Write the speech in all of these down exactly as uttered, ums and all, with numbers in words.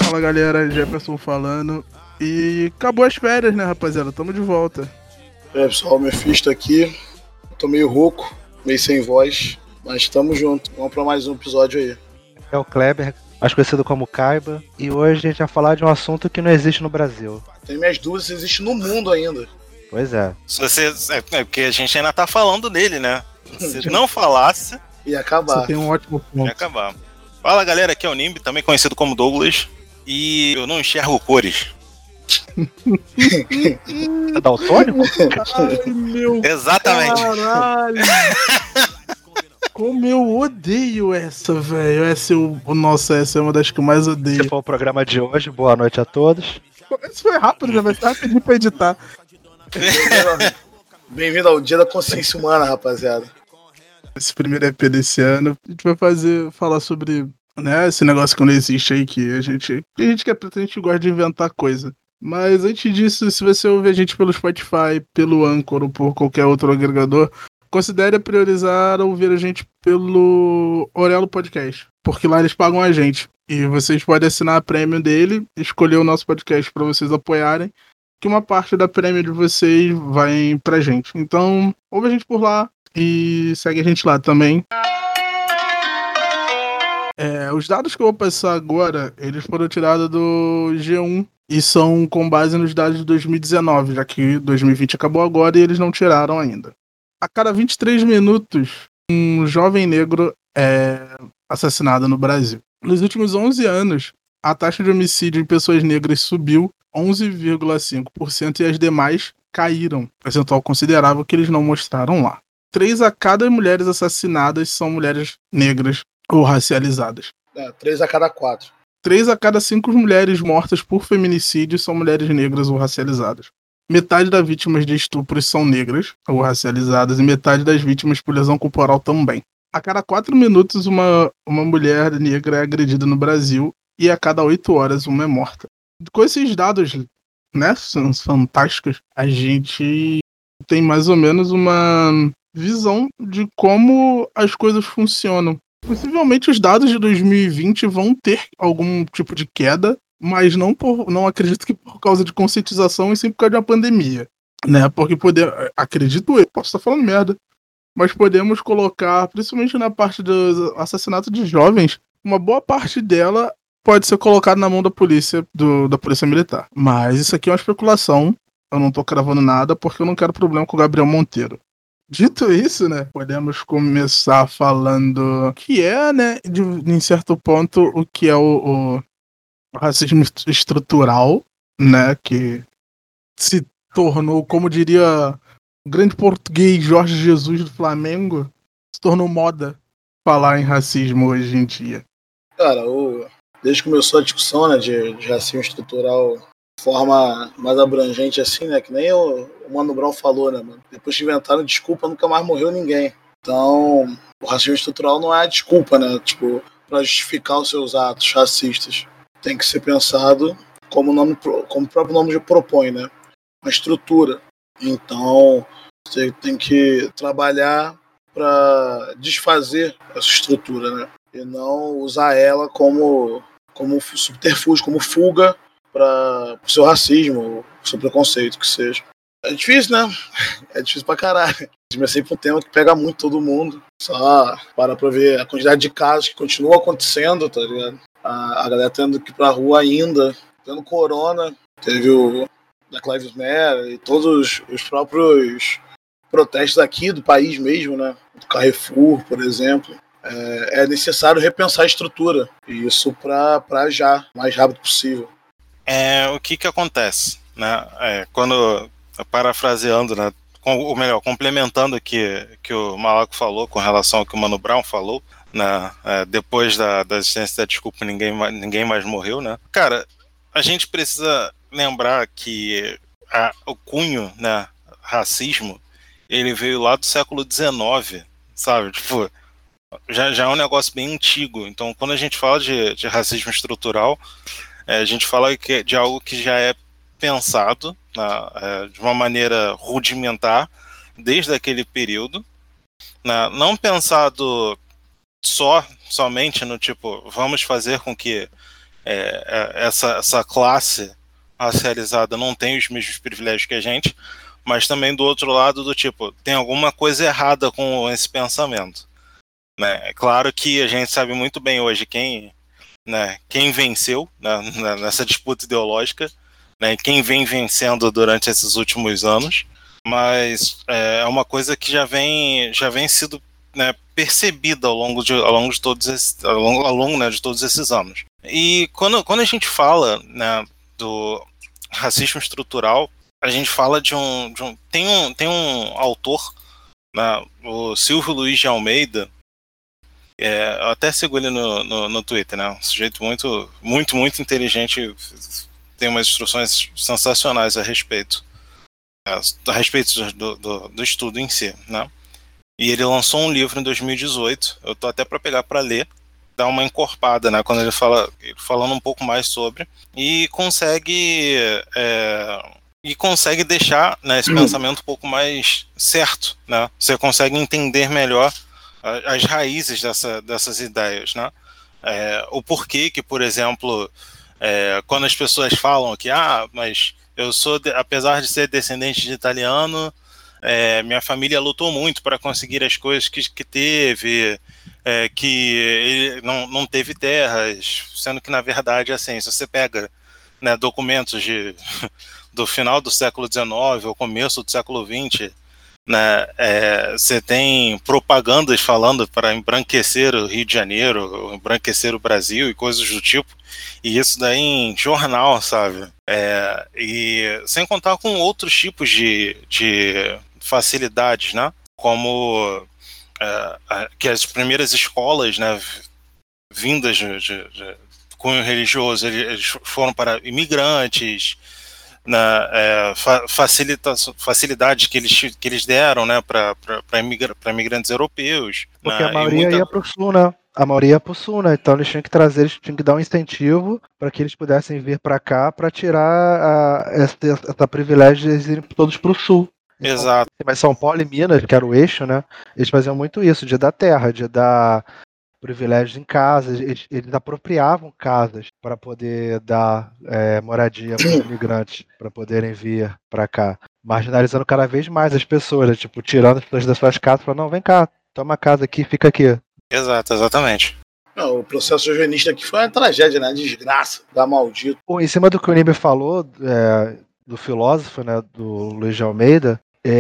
Fala galera, Jefferson falando. E acabou as férias, né, rapaziada? Tamo de volta. É, pessoal, o Mephisto aqui. Tô meio rouco, meio sem voz, mas tamo junto. Vamos pra mais um episódio aí. É o Kleber, mais conhecido como Kaiba. E hoje a gente vai falar de um assunto que não existe no Brasil. Tem minhas dúvidas se existe no mundo ainda. Pois é. Se você, é porque a gente ainda tá falando dele, né? Se não falasse, ia acabar. Você tem um ótimo ponto. ia acabar. Fala galera, aqui é o Nimbi, também conhecido como Douglas. E eu não enxergo cores. É daltônico? Ai, meu Exatamente. caralho. Como eu odeio essa, velho. Essa, eu, nossa, essa é uma das que eu mais odeio. Esse foi o programa de hoje. Boa noite a todos. Isso foi rápido, já vai estar rapidinho pra editar. Bem-vindo ao Dia da Consciência Humana, rapaziada. Esse primeiro E P desse ano, a gente vai fazer, falar sobre, né, esse negócio que não existe aí, que a gente, a gente que é preto, a gente gosta de inventar coisa. Mas antes disso, se você ouvir a gente pelo Spotify, pelo Anchor ou por qualquer outro agregador, considere priorizar ouvir a gente pelo Orelo Podcast, porque lá eles pagam a gente. E vocês podem assinar a premium dele, escolher o nosso podcast para vocês apoiarem, que uma parte da premium de vocês vai pra gente. Então, ouve a gente por lá e segue a gente lá também. É, os dados que eu vou passar agora, eles foram tirados do G um e são com base nos dados de dois mil e dezenove, já que dois mil e vinte acabou agora e eles não tiraram ainda. A cada vinte e três minutos, um jovem negro é assassinado no Brasil. Nos últimos onze anos, a taxa de homicídio em pessoas negras subiu onze vírgula cinco por cento e as demais caíram, percentual considerável que eles não mostraram lá. Três a cada mulheres assassinadas são mulheres negras ou racializadas. É, três a cada quatro. Três a cada cinco mulheres mortas por feminicídio são mulheres negras ou racializadas. Metade das vítimas de estupros são negras ou racializadas e metade das vítimas por lesão corporal também. A cada quatro minutos, uma, uma mulher negra é agredida no Brasil e a cada oito horas uma é morta. Com esses dados, né, são fantásticos, a gente tem mais ou menos uma visão de como as coisas funcionam. Possivelmente os dados de dois mil e vinte vão ter algum tipo de queda, mas não, por, não acredito que por causa de conscientização e sim por causa de uma pandemia, né? Porque poder, acredito eu, posso estar falando merda, mas podemos colocar, principalmente na parte do assassinato de jovens, uma boa parte dela pode ser colocada na mão da polícia, do, da polícia militar. Mas isso aqui é uma especulação, eu não tô cravando nada porque eu não quero problema com o Gabriel Monteiro. Dito isso, né, podemos começar falando que é, né, de, em certo ponto, o que é o, o racismo estrutural, né, que se tornou, como diria o grande português Jorge Jesus do Flamengo, se tornou moda falar em racismo hoje em dia. Cara, o, desde que começou a discussão, né, de, de racismo estrutural de forma mais abrangente assim, né, que nem o, o Mano Brown falou, né, mano, depois que inventaram desculpa, nunca mais morreu ninguém. Então, o racismo estrutural não é a desculpa, né, tipo, pra justificar os seus atos racistas. Tem que ser pensado como o, nome, como o próprio nome já propõe, né? Uma estrutura. Então, você tem que trabalhar para desfazer essa estrutura, né? E não usar ela como, como subterfúgio, como fuga para o seu racismo, o seu preconceito, que seja. É difícil, né? É difícil pra caralho. É sempre um tema que pega muito todo mundo. Só para pra ver a quantidade de casos que continuam acontecendo, tá ligado? A, a galera tendo que ir pra rua ainda, tendo corona, teve o Black Lives Matter e todos os próprios protestos aqui do país mesmo, né? Do Carrefour, por exemplo. É, é necessário repensar a estrutura, e isso pra, pra já, o mais rápido possível. É, o que que acontece, né? É, quando, parafraseando, né? Com, ou melhor, complementando o que, que o Malaco falou com relação ao que o Mano Brown falou, né, é, depois da, da existência da desculpa ninguém, ninguém mais morreu, né? Cara, a gente precisa lembrar que a, o cunho, né, racismo, ele veio lá do século dezenove, sabe? Tipo, já, já é um negócio bem antigo. Então, quando a gente fala de, de racismo estrutural, é, a gente fala que, de algo que já é pensado, né, é, de uma maneira rudimentar desde aquele período, né, não pensado só, somente no tipo, vamos fazer com que é, é, essa, essa classe racializada não tem os mesmos privilégios que a gente, mas também do outro lado do tipo, tem alguma coisa errada com esse pensamento, né? É claro que a gente sabe muito bem hoje quem, né, quem venceu, né, nessa disputa ideológica, né, quem vem vencendo durante esses últimos anos, mas é uma coisa que já vem, já vem sido, né, percebida ao longo de, ao longo de todos esses, ao longo, ao longo, né, de todos esses anos. E quando, quando a gente fala, né, do racismo estrutural, a gente fala de um, de um tem um tem um autor, né, o Silvio Luiz de Almeida, é, eu até sigo ele no, no, no Twitter, né, um sujeito muito muito muito inteligente, tem umas instruções sensacionais a respeito a respeito do, do, do estudo em si, né? E ele lançou um livro em dois mil e dezoito, eu tô até para pegar para ler, dar uma encorpada, né, quando ele fala, falando um pouco mais sobre, e consegue é, e consegue deixar, né, esse pensamento um pouco mais certo, né? Você consegue entender melhor as raízes dessa, dessas ideias, né? É, o porquê que, por exemplo, é, quando as pessoas falam que, ah, mas eu sou, de, apesar de ser descendente de italiano, é, minha família lutou muito para conseguir as coisas que, que teve, é, que ele não, não teve terras, sendo que, na verdade, assim, se você pega, né, documentos de, do final do século dezenove ou começo do século vinte, né, é, você tem propagandas falando para embranquecer o Rio de Janeiro, embranquecer o Brasil e coisas do tipo, e isso daí em jornal, sabe? É, e sem contar com outros tipos de, de facilidades, né? Como é, que as primeiras escolas, né, vindas de, de, de cunho religioso, eles foram para imigrantes, na, é, fa facilita facilidades que eles, que eles deram, né, para imigra imigrantes europeus. Porque né, a maioria muita... ia para o sul, né? A maioria ia para o sul, né? Então eles tinham que trazer, eles tinham que dar um incentivo para que eles pudessem vir para cá para tirar a, essa, essa privilégio de eles irem todos para o sul. Então, Exato. mas São Paulo e Minas, que era o eixo, né? Eles faziam muito isso, de dar terra, de dar privilégios em casas, eles, eles apropriavam casas para poder dar é, moradia para os imigrantes, para poderem vir para cá, marginalizando cada vez mais as pessoas, né? Tipo, tirando as pessoas das suas casas, falando, não, vem cá, toma casa aqui, fica aqui. Exato, exatamente. Não, o processo eugenista aqui foi uma tragédia, né? Desgraça, da maldito. Bom, em cima do que o Nibe falou, é, do filósofo, né, do Luiz de Almeida,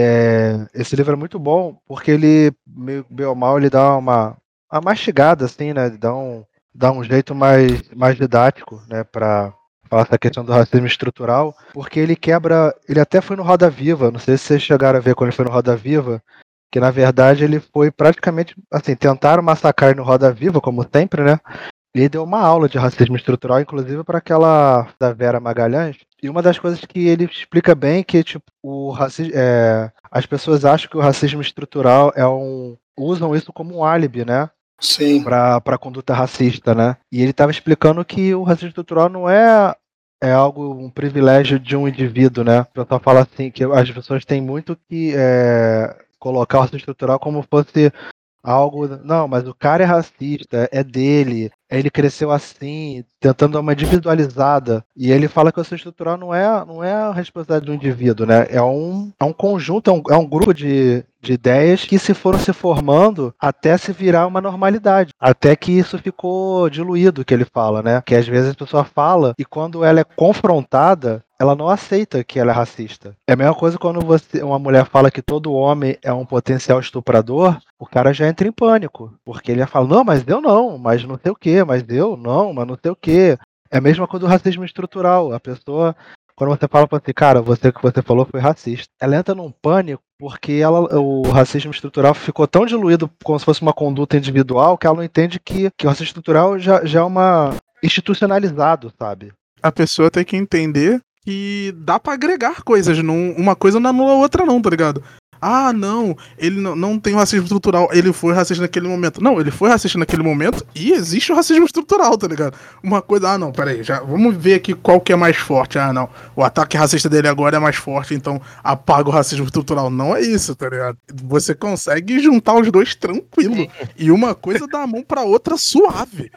é, esse livro é muito bom, porque ele, meio bem ou mal, ele dá uma a mastigada, assim, né? Dá um, dá um jeito mais, mais didático, né? Pra falar essa questão do racismo estrutural, porque ele quebra. Ele até foi no Roda Viva, não sei se vocês chegaram a ver quando ele foi no Roda Viva, que na verdade ele foi praticamente. Assim, tentaram massacrar no Roda Viva, como sempre, né? Ele deu uma aula de racismo estrutural, inclusive para aquela da Vera Magalhães. E uma das coisas que ele explica bem é que tipo, o racismo, é, as pessoas acham que o racismo estrutural é um. Usam isso como um álibi, né? Sim. Para a conduta racista, né? E ele estava explicando que o racismo estrutural não é, é algo, um privilégio de um indivíduo, né? O pessoal fala assim, que as pessoas têm muito que é, colocar o racismo estrutural como fosse algo... Não, mas o cara é racista, é dele, ele cresceu assim, tentando dar uma individualizada. E ele fala que o racismo estrutural não é, não é a responsabilidade do indivíduo, né? É um, é um conjunto, é um, é um grupo de... de ideias que se foram se formando até se virar uma normalidade. Até que isso ficou diluído, que ele fala, né? Que às vezes a pessoa fala e quando ela é confrontada, ela não aceita que ela é racista. É a mesma coisa quando você, uma mulher fala que todo homem é um potencial estuprador, o cara já entra em pânico. Porque ele fala, não, mas eu não, mas não sei o quê, mas eu não, mas não sei o quê. É a mesma coisa do racismo estrutural. A pessoa... Quando você fala pra assim, cara, você que você falou foi racista. Ela entra num pânico porque ela, o racismo estrutural ficou tão diluído como se fosse uma conduta individual que ela não entende que, que o racismo estrutural já, já é uma institucionalizado, sabe? A pessoa tem que entender que dá pra agregar coisas. Não, uma coisa não anula a outra não, tá ligado? Ah, não, ele não, não tem racismo estrutural, ele foi racista naquele momento. Não, ele foi racista naquele momento e existe o racismo estrutural, tá ligado? Uma coisa, ah não, peraí, já, vamos ver aqui qual que é mais forte. Ah não, o ataque racista dele agora é mais forte, então apaga o racismo estrutural. Não é isso, tá ligado? Você consegue juntar os dois tranquilo. E uma coisa dá a mão pra outra suave.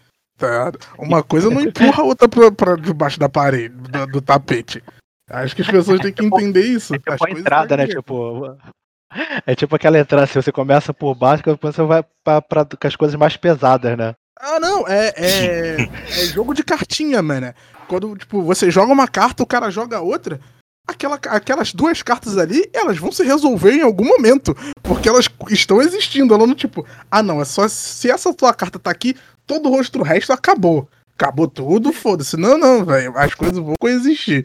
Tá? Uma coisa não empurra a outra pra, pra debaixo da parede, do, do tapete. Acho que as pessoas têm que entender isso. É tipo As a coisas entrada, né? têm que- Tipo. É tipo aquela entrada, se você começa por baixo, depois você vai pra, pra, com as coisas mais pesadas, né? Ah, não, é, é, é jogo de cartinha, mano. Quando, tipo, você joga uma carta, o cara joga outra, aquela, aquelas duas cartas ali, elas vão se resolver em algum momento, porque elas estão existindo, ela não, tipo, ah, não, é só se essa tua carta tá aqui, todo o resto do resto acabou. Acabou tudo, foda-se. Não, não, velho, as coisas vão coexistir.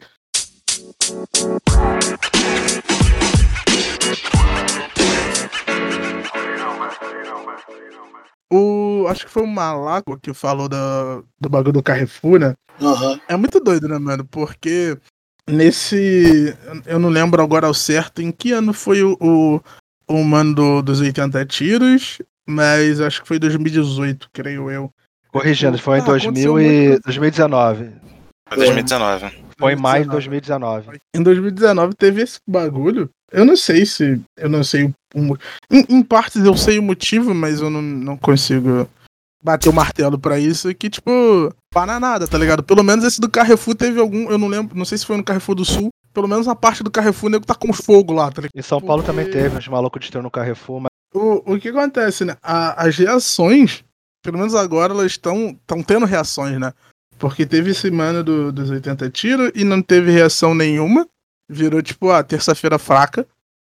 O, acho que foi o Malaco que falou da, do bagulho do Carrefour, né? Aham. É muito doido, né, mano? Porque nesse. Eu não lembro agora ao certo em que ano foi o, o, o mano do, dos oitenta tiros, mas acho que foi dois mil e dezoito, creio eu. Corrigindo, Tipo, foi em ah, aconteceu um monte de dois mil e... coisa. dois mil e dezenove. Foi dois mil e dezenove. Foi em maio de dois mil e dezenove. Em dois mil e dezenove teve esse bagulho. Eu não sei se. Eu não sei o. o em, em partes eu sei o motivo, mas eu não, não consigo bater o martelo pra isso. Que, tipo, bananada, tá ligado? Pelo menos esse do Carrefour teve algum. Eu não lembro. Não sei se foi no Carrefour do Sul. Pelo menos a parte do Carrefour, o nego tá com os fogos lá, tá ligado? Em São Paulo Porque- também teve uns malucos destruindo no Carrefour, mas O, o que acontece, né? A- as reações, pelo menos agora, elas estão tendo reações, né? Porque teve esse mano do- dos oitenta tiros e não teve reação nenhuma. Virou, tipo, a terça-feira fraca.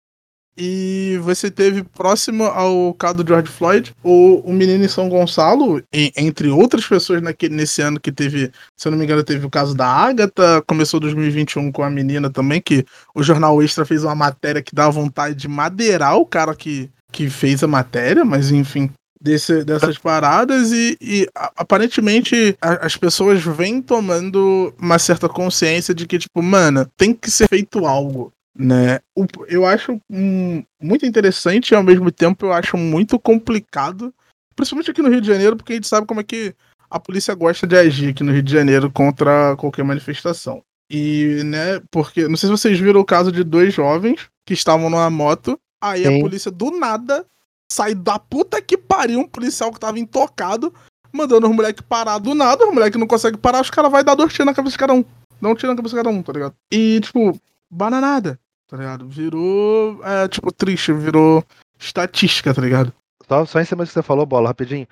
E você teve próximo ao caso do George Floyd, o, o menino em São Gonçalo, e- entre outras pessoas naquele, nesse ano que teve, se eu não me engano, teve o caso da Agatha, começou dois mil e vinte e um com a menina também, que o Jornal Extra fez uma matéria que dá vontade de madeirar o cara que, que fez a matéria, mas enfim, desse, dessas paradas, e, e a- aparentemente a- as pessoas vêm tomando uma certa consciência de que, tipo, mano, tem que ser feito algo. Né? O- Eu acho hum, muito interessante e ao mesmo tempo eu acho muito complicado, principalmente aqui no Rio de Janeiro, porque a gente sabe como é que a polícia gosta de agir aqui no Rio de Janeiro contra qualquer manifestação. E, né, porque, não sei se vocês viram o caso de dois jovens que estavam numa moto, aí a Sim. polícia do nada sai da puta que pariu um policial que tava intocado, mandando os moleques parar do nada, os moleques não conseguem parar, os caras vão dar dois tiros na cabeça de cada um. Dá um tiro na cabeça de cada um, tá ligado? E, tipo, bananada. Tá ligado? Virou, é, tipo, triste, virou estatística, tá ligado? só, só em cima do que você falou, Bola, rapidinho.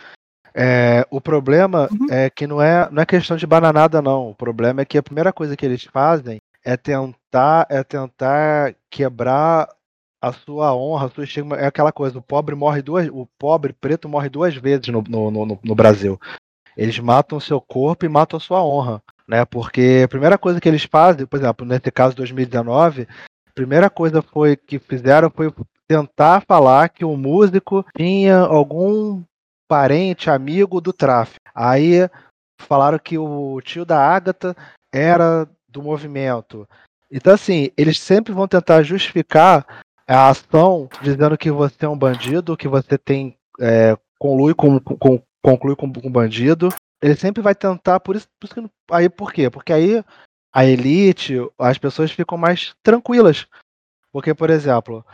É, o problema Uhum. é que não é, não é questão de bananada, não. O problema é que a primeira coisa que eles fazem é tentar, é tentar quebrar a sua honra, a sua estigma. É aquela coisa, o pobre morre duas, o pobre preto morre duas vezes no, no, no, no Brasil. Eles matam o seu corpo e matam a sua honra, né? Porque a primeira coisa que eles fazem, por exemplo, nesse caso dois mil e dezenove, a primeira coisa foi que fizeram foi tentar falar que o músico tinha algum parente, amigo do tráfico. Aí falaram que o tio da Agatha era do movimento. Então, assim, eles sempre vão tentar justificar a ação dizendo que você é um bandido, que você tem é, conlui com, com, conclui com um bandido. Ele sempre vai tentar, por isso, por isso que, não- aí por quê? Porque aí a elite, as pessoas ficam mais tranquilas. Porque, por exemplo,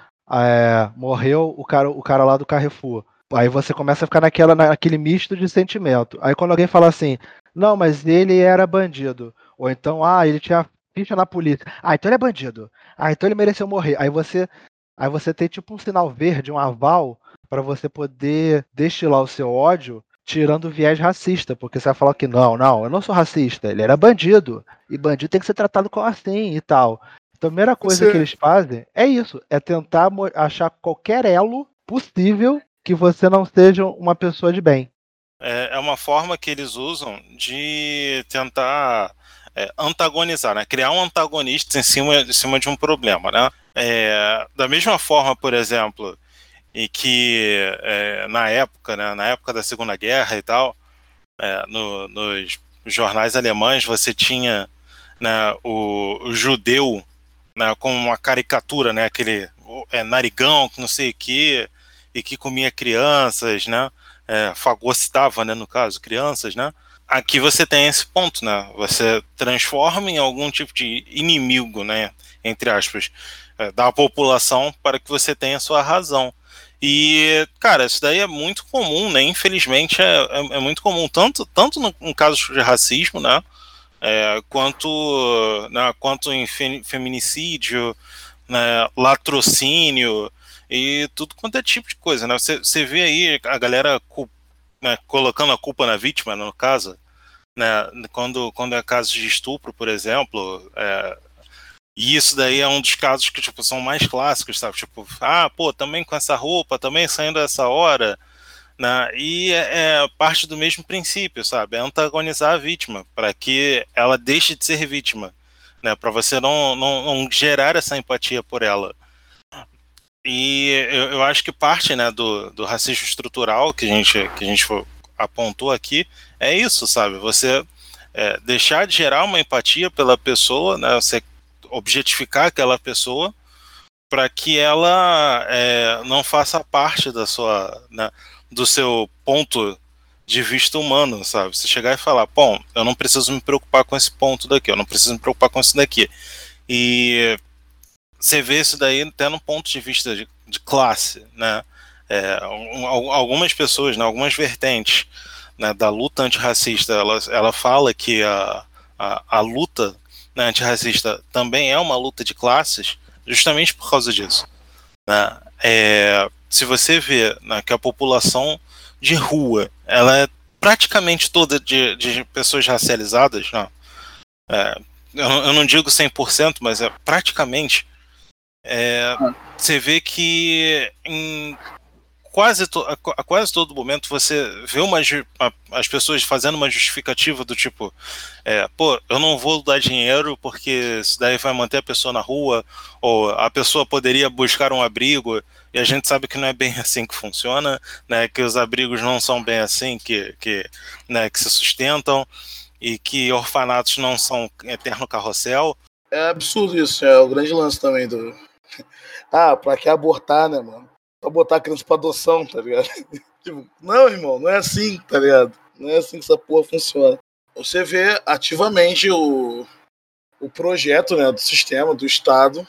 é, morreu o cara, o cara lá do Carrefour. Aí você começa a ficar naquela, naquele misto de sentimento. Aí quando alguém fala assim, não, mas ele era bandido. Ou então, ah, ele tinha ficha na polícia. Ah, então ele é bandido. Ah, então ele mereceu morrer. Aí você, aí você tem tipo um sinal verde, um aval, para você poder destilar o seu ódio, tirando o viés racista. Porque você vai falar que não, não, eu não sou racista. Ele era bandido. E bandido tem que ser tratado como assim e tal. Então, a primeira coisa Você- que eles fazem é isso, é tentar mo- achar qualquer elo possível que você não seja uma pessoa de bem. É, é uma forma que eles usam de tentar é, antagonizar, né? Criar um antagonista em cima, em cima de um problema, né? É, da mesma forma, por exemplo, em que é, na época, né, na época da Segunda Guerra e tal, é, no- nos jornais alemães você tinha, né, o, o judeu, né, com uma caricatura, né, aquele é, narigão, que não sei o que, e que comia crianças, né, é, fagocitava, né, no caso, crianças, né. Aqui você tem esse ponto, né, você transforma em algum tipo de inimigo, né, entre aspas, é, da população para que você tenha sua razão. E, cara, isso daí é muito comum, né? Infelizmente é, é, é muito comum, tanto, tanto no, em casos de racismo, né? É, quanto, né, quanto em fe, feminicídio, né, latrocínio e tudo quanto é tipo de coisa, né? Você, você vê aí a galera, né, colocando a culpa na vítima, no caso, né? Quando, quando é caso de estupro, por exemplo, é, e isso daí é um dos casos que, tipo, são mais clássicos, sabe? Tipo, ah, pô, também com essa roupa, também saindo essa hora, né? E é, é parte do mesmo princípio, sabe? É antagonizar a vítima, para que ela deixe de ser vítima, né? Para você não, não, não gerar essa empatia por ela. E eu, eu acho que parte, né, do, do racismo estrutural que a gente, que a gente apontou aqui é isso, sabe? Você é, deixar de gerar uma empatia pela pessoa, né? Você objetificar aquela pessoa para que ela é, não faça parte da sua, né, do seu ponto de vista humano, sabe? Você chegar e falar, bom, eu não preciso me preocupar com esse ponto daqui, eu não preciso me preocupar com isso daqui. E você vê isso daí até no ponto de vista de, de classe, né? É, um, algumas pessoas, né, algumas vertentes, né, da luta antirracista, ela, ela fala que a, a, a luta, né, antirracista também é uma luta de classes, justamente por causa disso, né? É, se você vê, né, que a população de rua, ela é praticamente toda de, de pessoas racializadas, né? É, eu, eu não digo cem por cento, mas é praticamente. É, você vê que em quase, to, a, a quase todo momento você vê uma, a, as pessoas fazendo uma justificativa do tipo, é, pô, eu não vou dar dinheiro porque isso daí vai manter a pessoa na rua, ou a pessoa poderia buscar um abrigo, e a gente sabe que não é bem assim que funciona, né, que os abrigos não são bem assim que, que, né, que se sustentam, e que orfanatos não são eterno carrossel. É absurdo isso, é o grande lance também do... Ah, pra que abortar, né, mano? Pra botar a criança pra adoção, tá ligado? Tipo, não, irmão, não é assim, tá ligado? Não é assim que essa porra funciona. Você vê ativamente o, o projeto, né, do sistema, do Estado,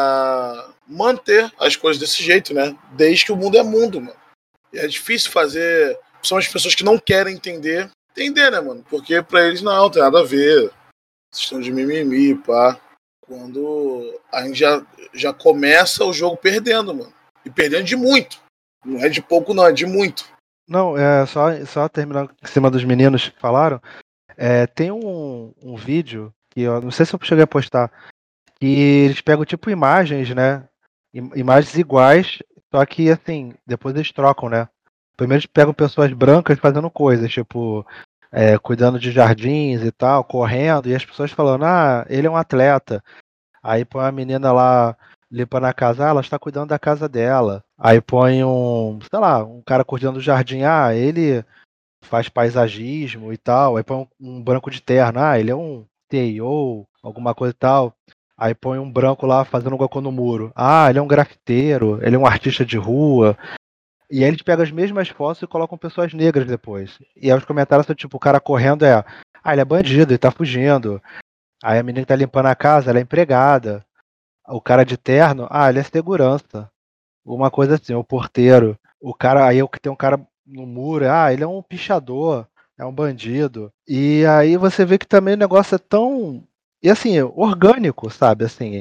pra manter as coisas desse jeito, né? Desde que o mundo é mundo, mano. E é difícil fazer... São as pessoas que não querem entender, entender, né, mano? Porque pra eles não, tem nada a ver. Sistema de mimimi, pá. Quando a gente já, já começa o jogo perdendo, mano. E perdendo de muito. Não é de pouco, não, é de muito. Não, é só, só terminando em cima dos meninos que falaram. É, tem um, um vídeo que eu não sei se eu cheguei a postar, que eles pegam tipo imagens, né? Imagens iguais, só que assim, depois eles trocam, né? Primeiro eles pegam pessoas brancas fazendo coisas, tipo, é, cuidando de jardins e tal, correndo, e as pessoas falando, ah, ele é um atleta. Aí põe uma menina lá limpando a casa, ah, ela está cuidando da casa dela. Aí põe um, sei lá, um cara cuidando do jardim, ah, ele faz paisagismo e tal. Aí põe um, um branco de terno, ah, ele é um T I O, alguma coisa e tal. Aí põe um branco lá fazendo um cocô no muro. Ah, ele é um grafiteiro, ele é um artista de rua. E aí eles pegam as mesmas fotos e colocam pessoas negras depois. E aí os comentários são tipo, o cara correndo é, ah, ele é bandido, ele tá fugindo. Aí a menina que tá limpando a casa, ela é empregada. O cara de terno, ah, ele é segurança. Uma coisa assim, o porteiro. O cara, aí o que tem um cara no muro, ah, ele é um pichador, é um bandido. E aí você vê que também o negócio é tão, e assim, orgânico, sabe, assim.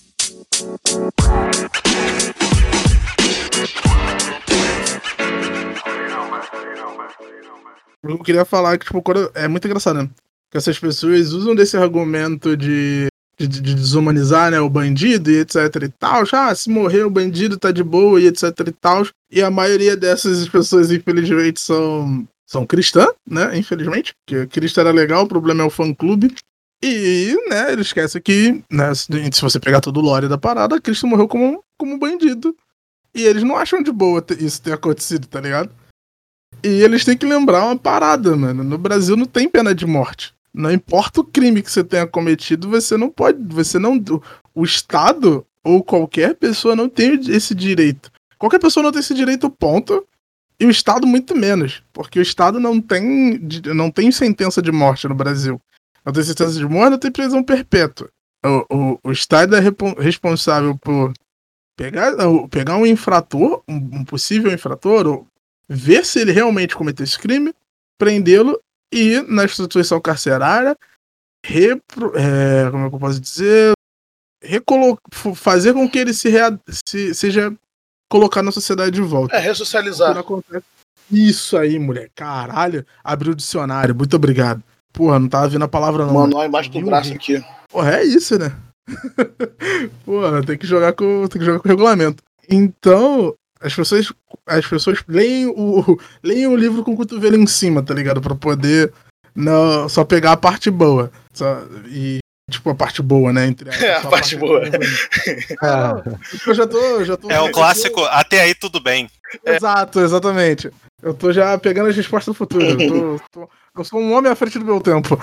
Eu queria falar que, tipo, quando... é muito engraçado, né? Que essas pessoas usam desse argumento de, de, de desumanizar, né, o bandido e etc e tal. Ah, se morrer o bandido tá de boa e etc e tal. E a maioria dessas pessoas, infelizmente, são, são cristãs, né? Infelizmente. Porque Cristo era legal, o problema é o fã-clube. E, né, ele esquece que, né, se você pegar todo o lore da parada, Cristo morreu como, como um bandido. E eles não acham de boa isso ter acontecido, tá ligado? E eles têm que lembrar uma parada, mano. No Brasil não tem pena de morte. Não importa o crime que você tenha cometido, você não pode. Você não. O Estado ou qualquer pessoa não tem esse direito. Qualquer pessoa não tem esse direito, ponto. E o Estado muito menos. Porque o Estado não tem, não tem sentença de morte no Brasil. Não tem sentença de morte, não tem prisão perpétua. O, o, o Estado é responsável por Pegar, pegar um infrator, um, um possível infrator, ou ver se ele realmente cometeu esse crime, prendê-lo e ir na instituição carcerária, repro, é, como é que eu posso dizer, recolo, fazer com que ele se, rea, se seja colocado na sociedade de volta. É, ressocializar. Isso aí, mulher. Caralho, abriu o dicionário. Muito obrigado. Porra, não tava vendo a palavra não. Manual embaixo do braço um aqui. Porra, é isso, né? Porra, tem que jogar com, tem que jogar com o regulamento. Então, as pessoas, as pessoas leem o, leem o livro com o cotovelo em cima, tá ligado? Pra poder não, só pegar a parte boa. Só, e, tipo, a parte boa, né? Entre a, é, a, a parte, parte boa. Ah, eu já tô, já tô é o clássico, eu... até aí tudo bem. Exato, exatamente. Eu tô já pegando as respostas do futuro. Eu, tô, tô, eu sou um homem à frente do meu tempo.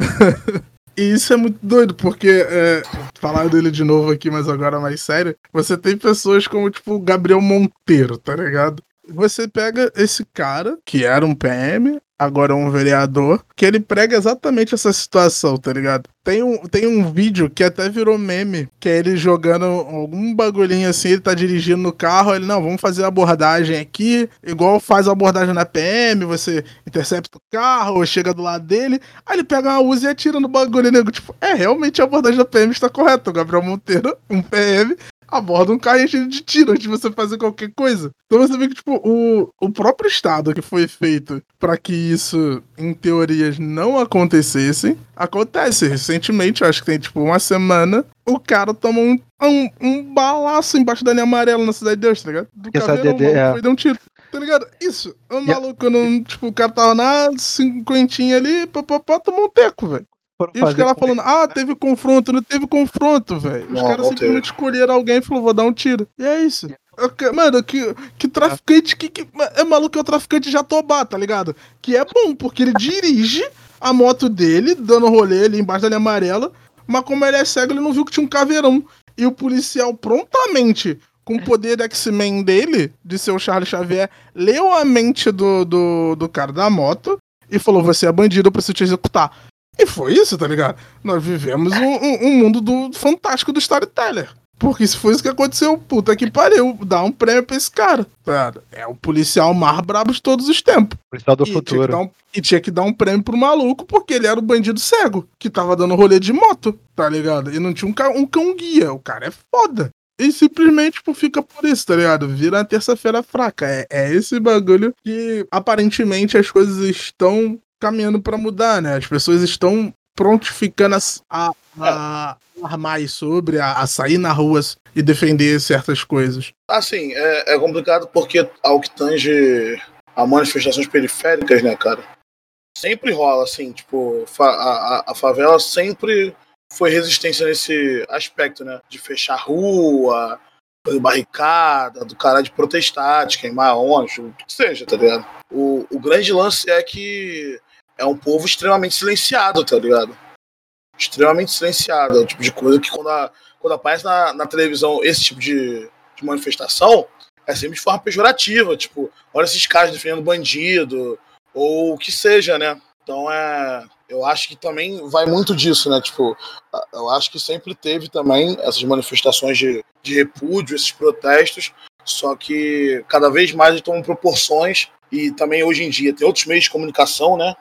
E isso é muito doido, porque, é, falar dele de novo aqui, mas agora mais sério, você tem pessoas como, tipo, o Gabriel Monteiro, tá ligado? Você pega esse cara, que era um P M, agora é um vereador, que ele prega exatamente essa situação, tá ligado? Tem um, tem um vídeo que até virou meme, que é ele jogando algum bagulhinho assim, ele tá dirigindo no carro, ele, não, vamos fazer a abordagem aqui, igual faz a abordagem na P M, você intercepta o carro, ou chega do lado dele, aí ele pega uma Uzi e atira no bagulho, nego, tipo, é, realmente a abordagem da P M está correta, o Gabriel Monteiro, um P M, aborda um carro enchido de tiro antes de você fazer qualquer coisa. Então você vê que, tipo, o, o próprio estado que foi feito pra que isso, em teorias, não acontecesse, acontece. Recentemente, eu acho que tem, tipo, uma semana, o cara tomou um, um, um balaço embaixo da linha amarela na Cidade de Deus, tá ligado? Do caveirão, mano, é... foi dar um tiro. Tá ligado? Isso. O maluco, yeah. não, tipo, o cara tava na cinquentinha ali, papapá, tomou um teco, velho. E os caras falando, ah, teve confronto, não teve confronto, velho. Os caras simplesmente escolheram alguém e falaram, vou dar um tiro. E é isso. Eu, mano, que, que traficante, que, que é maluco, é o traficante Jatobá, tá ligado? Que é bom, porque ele dirige a moto dele, dando rolê ali embaixo da linha amarela, mas como ele é cego, ele não viu que tinha um caveirão. E o policial prontamente, com o poder X-Men dele, de ser o Charles Xavier, leu a mente do, do, do cara da moto e falou, você é bandido, eu preciso te executar. E foi isso, tá ligado? Nós vivemos um, um, um mundo do fantástico do storyteller. Porque se foi isso que aconteceu, puta que pariu, dá um prêmio pra esse cara. Cara, é o policial mais brabo de todos os tempos. Policial do e futuro. Tinha um, e tinha que dar um prêmio pro maluco, porque ele era o bandido cego, que tava dando rolê de moto, tá ligado? E não tinha um, um cão guia, o cara é foda. E simplesmente, tipo, fica por isso, tá ligado? Vira a terça-feira fraca. É, é esse bagulho que, aparentemente, as coisas estão caminhando pra mudar, né? As pessoas estão prontificando a, a, a armar sobre, a, a sair nas ruas e defender certas coisas. Assim, é, é complicado porque ao que tange a manifestações periféricas, né, cara? Sempre rola, assim, tipo, fa, a, a favela sempre foi resistência nesse aspecto, né? De fechar rua, fazer barricada, do cara de protestar, de queimar ônibus, o que seja, tá ligado? O, o grande lance é que é um povo extremamente silenciado, tá ligado? Extremamente silenciado. É o tipo de coisa que quando, a, quando aparece na, na televisão esse tipo de, de manifestação, é sempre de forma pejorativa. Tipo, olha esses caras defendendo bandido, ou o que seja, né? Então é... Eu acho que também vai muito disso, né? Tipo, eu acho que sempre teve também essas manifestações de, de repúdio, esses protestos, só que cada vez mais tomam proporções. E também hoje em dia tem outros meios de comunicação, né?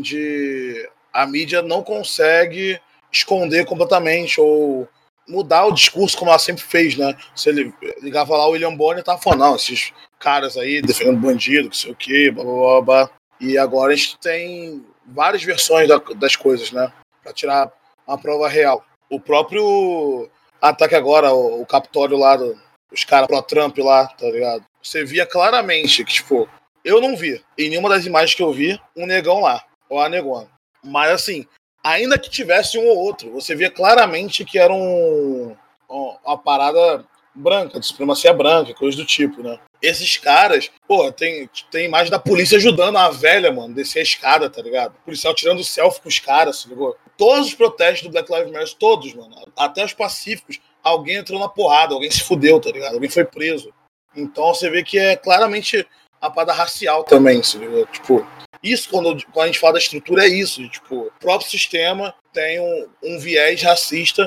Onde a mídia não consegue esconder completamente ou mudar o discurso como ela sempre fez, né? Você ligava lá o William Bonner e tava falando, não, esses caras aí defendendo bandido, que sei o quê, blá, blá, blá, blá. E agora a gente tem várias versões da, das coisas, né? Pra tirar uma prova real. O próprio ataque agora, o, o Capitólio lá, do, os caras pró-Trump lá, tá ligado? Você via claramente que, tipo, eu não vi, em nenhuma das imagens que eu vi, um negão lá, ou a negona. Mas, assim, ainda que tivesse um ou outro, você via claramente que era um, uma parada branca, de supremacia branca, coisa do tipo, né? Esses caras, pô, tem, tem imagem da polícia ajudando a velha, mano, descer a escada, tá ligado? O policial tirando selfie com os caras, se ligou? Todos os protestos do Black Lives Matter, todos, mano, até os pacíficos, alguém entrou na porrada, alguém se fudeu, tá ligado? Alguém foi preso. Então você vê que é claramente a parada racial também, se ligou? Tipo, isso, quando, quando a gente fala da estrutura, é isso. Tipo, o próprio sistema tem um, um viés racista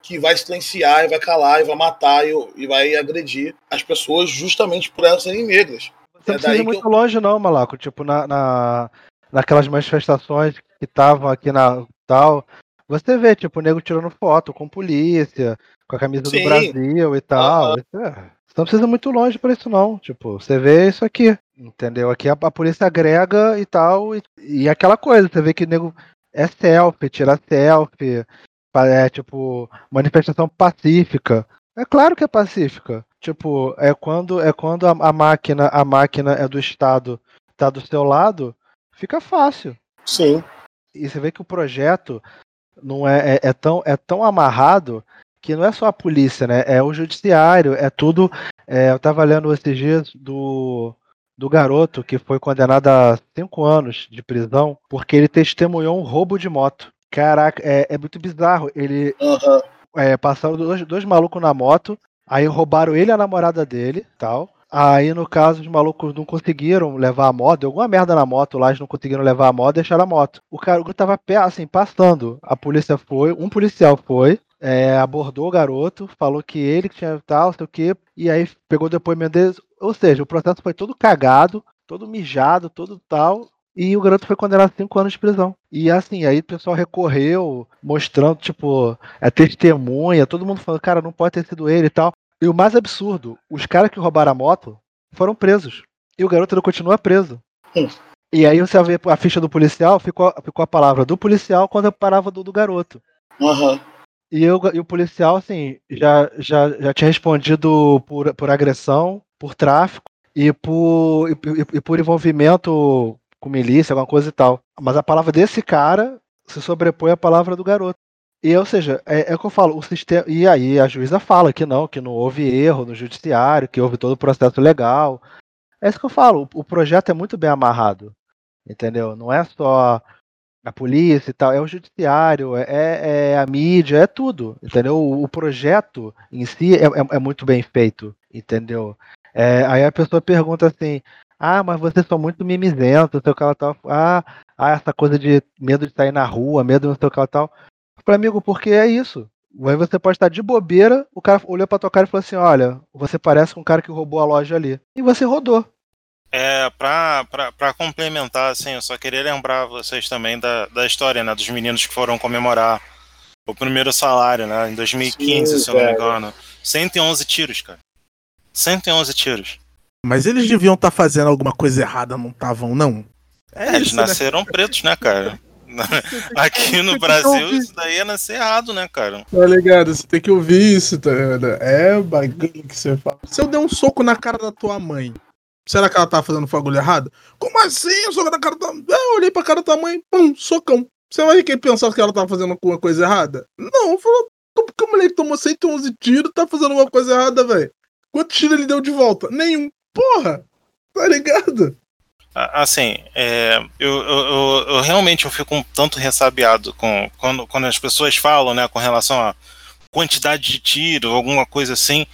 que vai silenciar, e vai calar, e vai matar, e, e vai agredir as pessoas justamente por elas serem negras. Você É não precisa ir daí que muito eu... longe, não, Malaco. Tipo, na, na, naquelas manifestações que estavam aqui na tal. Você vê, tipo, o nego tirando foto com polícia, com a camisa do Sim. Brasil e tal. Aham. Isso é- Você não precisa ir muito longe pra isso, não. Tipo, você vê isso aqui. Entendeu? Aqui a, a polícia agrega e tal. E, e aquela coisa, você vê que o nego é selfie, tira selfie. pa- É tipo, manifestação pacífica. É claro que é pacífica. Tipo, é quando é quando a, a máquina, a máquina é do Estado, tá do seu lado, fica fácil. Sim. E você vê que o projeto não é, é, é tão, é tão amarrado que não é só a polícia, né? É o judiciário, é tudo. É, eu tava lendo esses dias do, do garoto que foi condenado a cinco anos de prisão porque ele testemunhou um roubo de moto. Caraca, é, é muito bizarro. Ele Aham. é, passaram dois, dois malucos na moto, aí roubaram ele e a namorada dele, tal. Aí, no caso, os malucos não conseguiram levar a moto, deu alguma merda na moto lá, eles não conseguiram levar a moto, deixaram a moto. O cara o cara tava pé- assim, passando. A polícia foi, um policial foi, é, abordou o garoto, falou que ele que tinha tal, sei o quê, e aí pegou o depoimento dele. Ou seja, o processo foi todo cagado, todo mijado, todo tal. E o garoto foi condenado a cinco anos de prisão. E assim, aí o pessoal recorreu, mostrando, tipo, a testemunha, todo mundo falando, cara, não pode ter sido ele e tal. E o mais absurdo, os caras que roubaram a moto foram presos. E o garoto ainda continua preso. Hum. E aí você vê a ficha do policial, ficou, ficou a palavra do policial quando eu parava do, do garoto. Aham. E, eu, e o policial, assim, já, já, já tinha respondido por, por agressão, por tráfico e por, e, e- e por envolvimento com milícia, alguma coisa e tal. Mas a palavra desse cara se sobrepõe à palavra do garoto. E, ou seja, é, é o que eu falo, o sistema. E aí a juíza fala que não, que não houve erro no judiciário, que houve todo o processo legal. É isso que eu falo, o, o projeto é muito bem amarrado. Entendeu? Não é só a polícia e tal, é o judiciário, é, é a mídia, é tudo, entendeu? O, o projeto em si é, é, é muito bem feito, entendeu? É, aí a pessoa pergunta assim, ah, mas vocês são muito mimizentos, sei o que ela tal. Ah, ah, essa coisa de medo de sair na rua, medo de não sei o que ela tal. Eu falei, amigo, porque é isso. Aí você pode estar de bobeira, o cara olhou pra tua cara e falou assim, olha, você parece com um cara que roubou a loja ali. E você rodou. É, pra, pra, pra complementar, assim, eu só queria lembrar vocês também da, da história, né, dos meninos que foram comemorar o primeiro salário, né, em dois mil e quinze, Sim, se eu não me velho. engano. cento e onze tiros, cara. cento e onze tiros. Mas eles deviam estar fazendo alguma coisa errada, não estavam, não? É, É, eles isso, né? nasceram pretos, né, cara? Aqui no Você tem que Brasil, ouvir. isso daí é nascer errado, né, cara? Tá ligado? Você tem que ouvir isso, tá ligado? É bagulho que você fala. Se eu der um soco na cara da tua mãe, será que ela tá fazendo o bagulho errado? Como assim? Um soco na cara da tua mãe? Eu olhei pra cara da tua mãe, pum, socão. Você vai querer pensar que ela tá fazendo alguma coisa errada? Não, falou, porque o moleque tomou cento e onze tiros, tá fazendo alguma coisa errada, velho. Quantos tiros ele deu de volta? Nenhum. Porra! Tá ligado? Assim, é, eu, eu, eu, eu realmente eu fico um tanto ressabiado com, quando, quando as pessoas falam, né, com relação a quantidade de tiro, alguma coisa assim,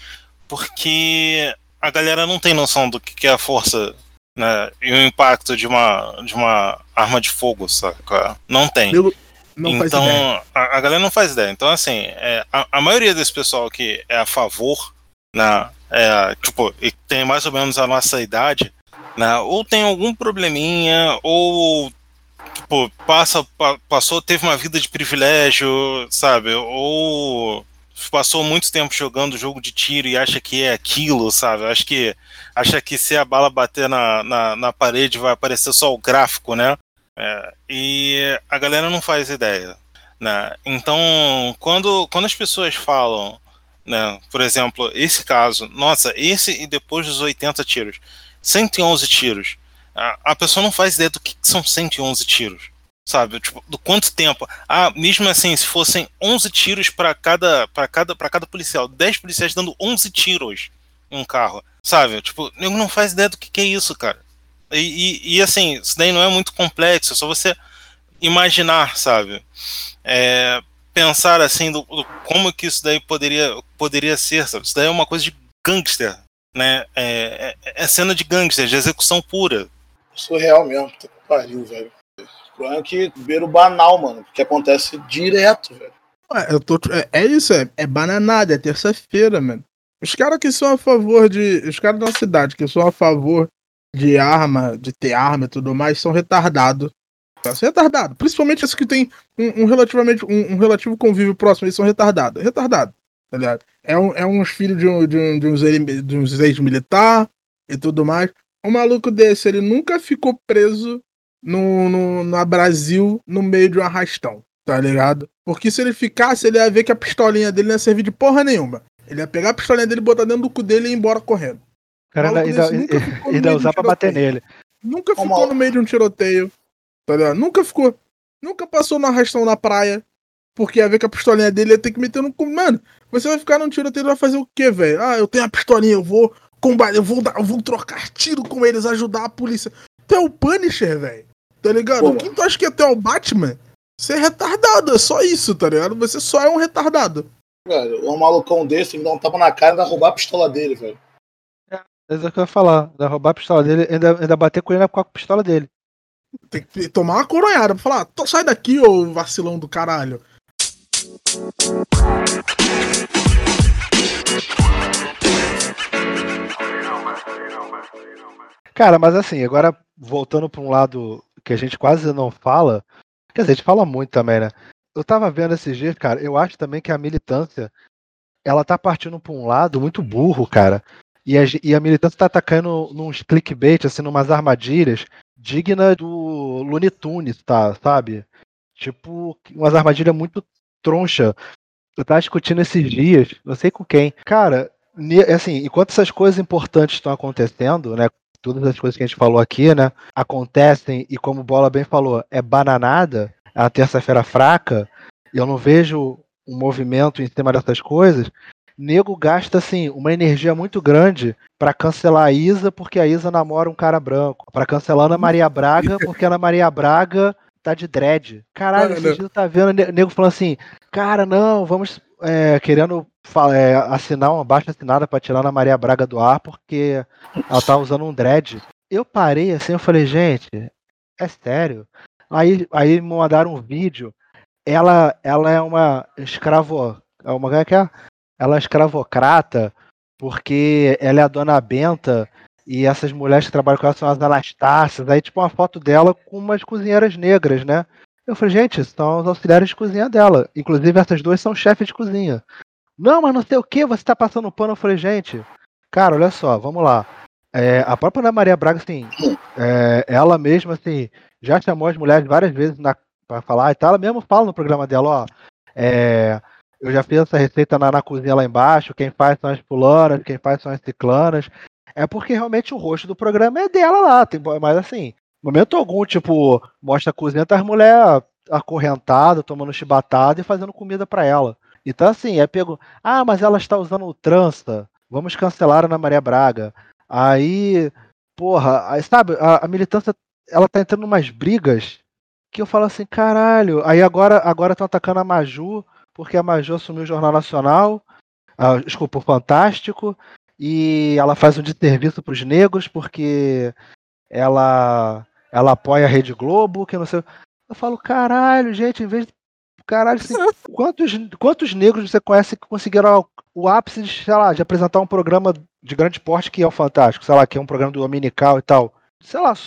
porque a galera não tem noção do que é a força, né, e o impacto de uma, de uma arma de fogo, saca? Não tem. Nego não faz Então, ideia. a, a galera não faz ideia. Então, assim, é, a, a maioria desse pessoal que é a favor, né, é, tipo, e tem mais ou menos a nossa idade, né, ou tem algum probleminha, ou tipo, passa, pa, passou, teve uma vida de privilégio, sabe? Ou passou muito tempo jogando jogo de tiro e acha que é aquilo, sabe? Acha que, acha que se a bala bater na, na, na parede vai aparecer só o gráfico, né? É, e a galera não faz ideia, né? Então, quando, quando as pessoas falam, né, por exemplo, esse caso, nossa, esse e depois dos oitenta tiros, cento e onze tiros, a, a pessoa não faz ideia do que são cento e onze tiros, sabe? Tipo, do quanto tempo. Ah, mesmo assim, se fossem onze tiros para cada, para cada, para cada policial, dez policiais dando onze tiros em um carro, sabe? Tipo, nego não faz ideia do que, que é isso, cara. E, e, e assim, isso daí não é muito complexo, é só você imaginar, sabe? É, pensar assim do, do como que isso daí poderia, poderia ser, sabe? Isso daí é uma coisa de gangster, né? É, é, é cena de gangster, de execução pura. Surreal mesmo, puta que pariu, velho. O problema é que beira o banal, mano, porque acontece direto, velho. Ué, eu tô, é, é isso, é, é bananada, é terça-feira, mano. Os caras que são a favor de. Os caras da cidade que são a favor de arma, de ter arma e tudo mais, são retardados. São retardados. Principalmente esses que tem um, um relativamente um, um relativo convívio próximo, eles são retardados. Retardado, tá ligado? É, um, é uns filhos de, um, de, um, de uns, de uns ex-militar e tudo mais. Um maluco desse, ele nunca ficou preso no, no, no Brasil no meio de um arrastão, tá ligado? Porque se ele ficasse, ele ia ver que a pistolinha dele não ia servir de porra nenhuma. Ele ia pegar a pistolinha dele, botar dentro do cu dele e ir embora correndo. O cara ainda, ainda, ainda, ainda usar pra bater nele. Nunca ficou Como... no meio de um tiroteio, tá ligado? Nunca ficou. Nunca passou no arrastão na praia, porque ia ver que a pistolinha dele ia ter que meter no cu. Mano, você vai ficar num tiroteio e vai fazer o quê, velho? Ah, eu tenho a pistolinha, eu vou combater, eu vou, dar, eu vou trocar tiro com eles, ajudar a polícia. Tu é o Punisher, velho. Tá ligado? Pô, quem tu acha que é o Batman? Você é retardado, é só isso, tá ligado? Você só é um retardado. Velho, um malucão desse tem que dar um tapa na cara e ainda roubar a pistola dele, velho. É, é isso que eu ia falar. Ainda roubar a pistola dele, ainda, ainda bater com ele com a pistola dele. Tem que tomar uma coronhada pra falar, sai daqui, ô vacilão do caralho. Cara, mas assim, agora voltando pra um lado que a gente quase não fala, quer dizer, a gente fala muito também, né? Eu tava vendo esses dias, cara, eu acho também que a militância, ela tá partindo pra um lado muito burro, cara, e a, e a militância tá atacando nos clickbait, assim, numas armadilhas dignas do Looney Tunes, tá, sabe? Tipo, umas armadilhas muito troncha. Eu tava discutindo esses dias, não sei com quem. Cara, assim, enquanto essas coisas importantes estão acontecendo, né, todas as coisas que a gente falou aqui, né, acontecem, e como o Bola bem falou, é bananada, é a terça-feira fraca, e eu não vejo um movimento em cima dessas coisas, nego gasta, assim, uma energia muito grande pra cancelar a Isa, porque a Isa namora um cara branco, pra cancelar a Ana Maria Braga, porque a Ana Maria Braga tá de dread. Caralho, esses dias tá vendo nego falando assim, cara, não, vamos é, querendo é, assinar uma baixa assinada pra tirar a Ana Maria Braga do ar, porque ela tá usando um dread. Eu parei assim, eu falei, gente, é sério? Aí, aí me mandaram um vídeo, ela, ela é uma escravo, uma, como é que é? Ela é escravocrata, porque ela é a dona Benta, e essas mulheres que trabalham com ela são as Anastácias. Aí, tipo, uma foto dela com umas cozinheiras negras, né? Eu falei, gente, são os auxiliares de cozinha dela. Inclusive, essas duas são chefes de cozinha. Não, mas não sei o que, você tá passando pano. Eu falei, gente, cara, olha só, vamos lá. É, a própria Ana Maria Braga, assim, é, ela mesma, assim, já chamou as mulheres várias vezes na, pra falar e tal. Ela mesmo fala no programa dela, ó, é... eu já fiz essa receita na, na cozinha lá embaixo, quem faz são as fulanas, quem faz são as ciclanas. É porque realmente o rosto do programa é dela lá, tem, mas assim, no momento algum, tipo, mostra a cozinha das mulheres acorrentadas, tomando chibatada e fazendo comida pra ela. Então assim, é pego, ah, mas ela está usando trança, vamos cancelar a Ana Maria Braga. Aí, porra, aí, sabe, a, a militância, ela tá entrando em umas brigas que eu falo assim, caralho, aí agora agora estão atacando a Maju, porque a Maju assumiu o Jornal Nacional, ah, desculpa, o Fantástico, e ela faz um desserviço para os negros, porque ela, ela apoia a Rede Globo, que não sei. Eu falo, caralho, gente, em vez de. Caralho, assim, quantos, quantos negros você conhece que conseguiram o ápice de, sei lá, de apresentar um programa de grande porte que é o Fantástico, sei lá, que é um programa do Dominical e tal? Sei lá,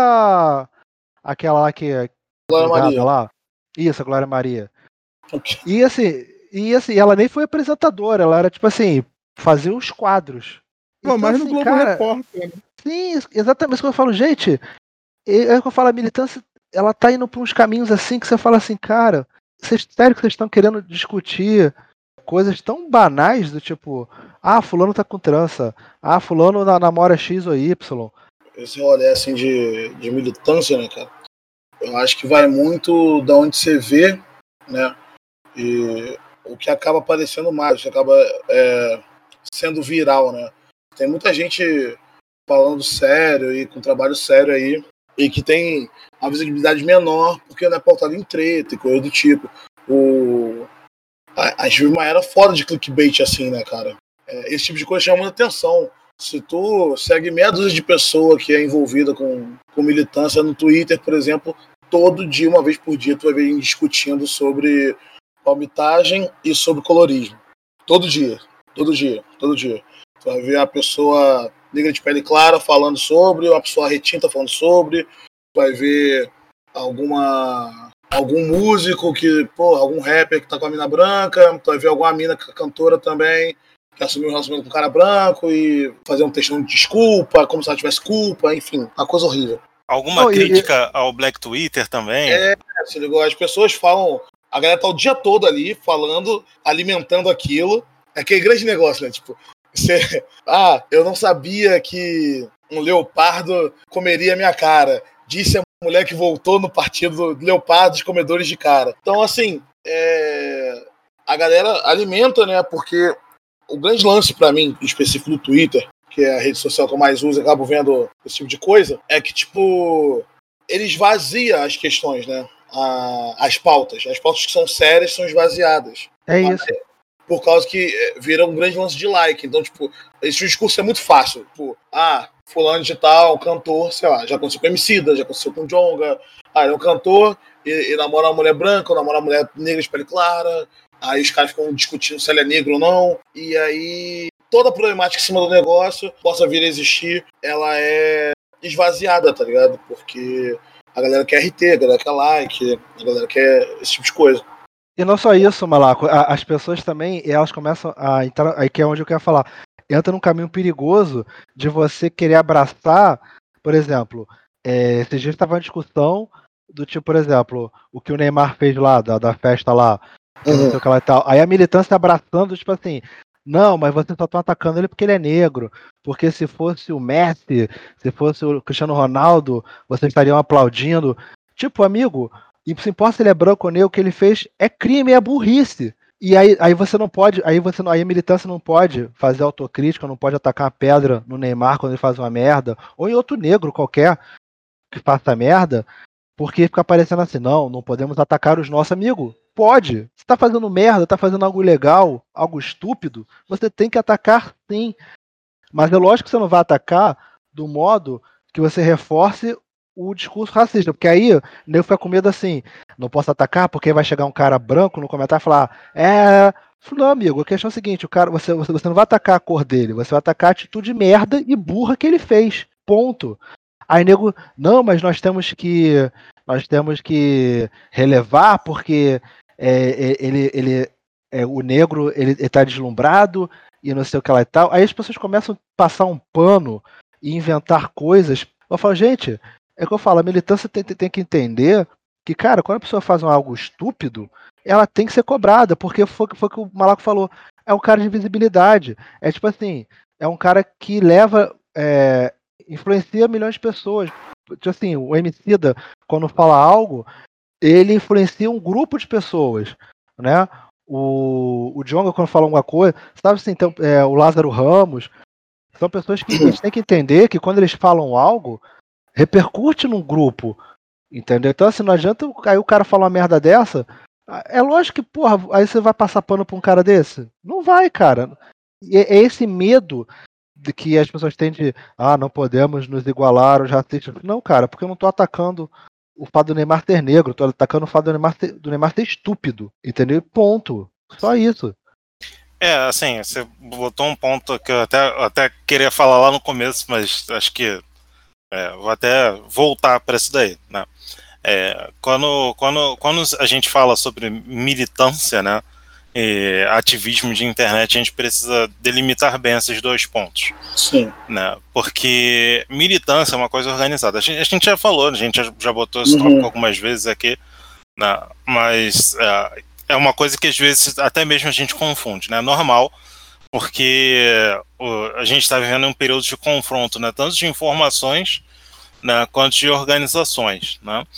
só aquela lá que. Glória Maria. Lá. Isso, a Glória Maria. Okay. E assim, e assim, ela nem foi apresentadora, ela era tipo assim, fazia os quadros. Pô, então, mas assim, no Globo cara, Repórter. Sim, exatamente isso que eu falo, gente. É que eu falo, a militância, ela tá indo por uns caminhos assim que você fala assim, cara, vocês, sério que vocês estão querendo discutir coisas tão banais do tipo, ah, fulano tá com trança, ah, fulano namora X ou Y. Esse rolê assim de, de militância, né, cara? Eu acho que vai muito da onde você vê, né? E o que acaba aparecendo mais, o que acaba é, sendo viral, né? Tem muita gente falando sério e com trabalho sério aí, e que tem a visibilidade menor, porque não é pautado em treta e coisa do tipo. O... A, a gente vive uma era fora de clickbait, assim, né, cara? É, esse tipo de coisa chama muita atenção. Se tu segue meia dúzia de pessoa que é envolvida com, com militância no Twitter, por exemplo, todo dia, uma vez por dia, tu vai ver discutindo sobre palmitagem e sobre colorismo. Todo dia, todo dia, todo dia. Tu vai ver a pessoa negra de pele clara falando sobre, uma pessoa retinta falando sobre, tu vai ver alguma, algum músico que, pô, algum rapper que tá com a mina branca, tu vai ver alguma mina cantora também, que assumiu um relacionamento com um cara branco e fazer um textão de desculpa, como se ela tivesse culpa, enfim, uma coisa horrível. Alguma oh, crítica e... ao Black Twitter também? É, se ligou, as pessoas falam, a galera tá o dia todo ali falando, alimentando aquilo. É aquele grande negócio, né? Tipo, você, ah, eu não sabia que um leopardo comeria minha cara. Disse a mulher que voltou no partido do leopardos comedores de cara. Então, assim, é... a galera alimenta, né? Porque o grande lance pra mim, em específico do Twitter, que é a rede social que eu mais uso e acabo vendo esse tipo de coisa, é que, tipo, ele esvazia as questões, né? A, as pautas. As pautas que são sérias são esvaziadas. É isso. Por causa que vira um grande lance de like. Então, tipo, esse discurso é muito fácil. Tipo, ah, fulano de tal, cantor, sei lá, já aconteceu com Emicida, já aconteceu com Djonga. Ah, ele é um cantor e, e namora uma mulher branca, ou namora uma mulher negra de pele clara. Aí os caras ficam discutindo se ele é negro ou não. E aí toda a problemática em cima do negócio possa vir a existir, ela é esvaziada, tá ligado? Porque a galera quer R T, a galera quer like, a galera quer esse tipo de coisa. E não só isso, Malaco, as pessoas também, elas começam a entrar, aí que é onde eu quero falar, entra num caminho perigoso de você querer abraçar, por exemplo, é, esses dias estava uma discussão do tipo, por exemplo, o que o Neymar fez lá, da, da festa lá, uhum. Não sei o que lá e tal, aí a militância abraçando, tipo assim, não, mas vocês só estão atacando ele porque ele é negro, porque se fosse o Messi, se fosse o Cristiano Ronaldo, vocês estariam aplaudindo. Tipo, amigo, e se importa se ele é branco ou negro, o que ele fez é crime, é burrice. E aí, aí você não pode, aí você não, aí a militância não pode fazer autocrítica, não pode atacar a pedra no Neymar quando ele faz uma merda, ou em outro negro qualquer que faça merda, porque fica parecendo assim, não, não podemos atacar os nossos amigos. Pode. Você tá fazendo merda, tá fazendo algo ilegal, algo estúpido, você tem que atacar sim. Mas é lógico que você não vai atacar do modo que você reforce o discurso racista, porque aí o nego fica com medo assim, não posso atacar porque vai chegar um cara branco no comentário e falar, é, não amigo, a questão é a seguinte, o cara, você, você, você não vai atacar a cor dele, você vai atacar a atitude merda e burra que ele fez, ponto. Aí nego, não, mas nós temos que nós temos que relevar porque é, ele, ele, é, o negro ele, ele tá deslumbrado e não sei o que lá e tal, aí as pessoas começam a passar um pano e inventar coisas, eu falo, gente, é que eu falo, a militância tem, tem que entender que, cara, quando a pessoa faz um algo estúpido, ela tem que ser cobrada, porque foi o que o Malaco falou, é um cara de visibilidade. É tipo assim, é um cara que leva, é, influencia milhões de pessoas. Tipo assim, o Emicida, quando fala algo, ele influencia um grupo de pessoas, né? O, o Djonga, quando fala alguma coisa, sabe assim, então, é, o Lázaro Ramos, são pessoas que a gente tem que entender que quando eles falam algo, repercute num grupo, entendeu? Então assim, não adianta aí o cara falar uma merda dessa, é lógico que, porra, aí você vai passar pano pra um cara desse? Não vai, cara. E é esse medo de que as pessoas têm de, ah, não podemos nos igualar aos racistas. Não, cara, porque eu não tô atacando o fato do Neymar ser negro, tô atacando o fato do Neymar ser, do Neymar ser estúpido, entendeu? Ponto. Só isso. É, assim, você botou um ponto que eu até, eu até queria falar lá no começo, mas acho que É, vou até voltar para isso daí, né? É, quando, quando, quando a gente fala sobre militância, né, e ativismo de internet, a gente precisa delimitar bem esses dois pontos. Sim. Né? Porque militância é uma coisa organizada. A gente, a gente já falou, a gente já, já botou esse uhum. tópico algumas vezes aqui, né? Mas é, é uma coisa que às vezes até mesmo a gente confunde, né? É normal, porque o, a gente está vivendo um período de confronto, né, tanto de informações, né, quanto de organizações, né?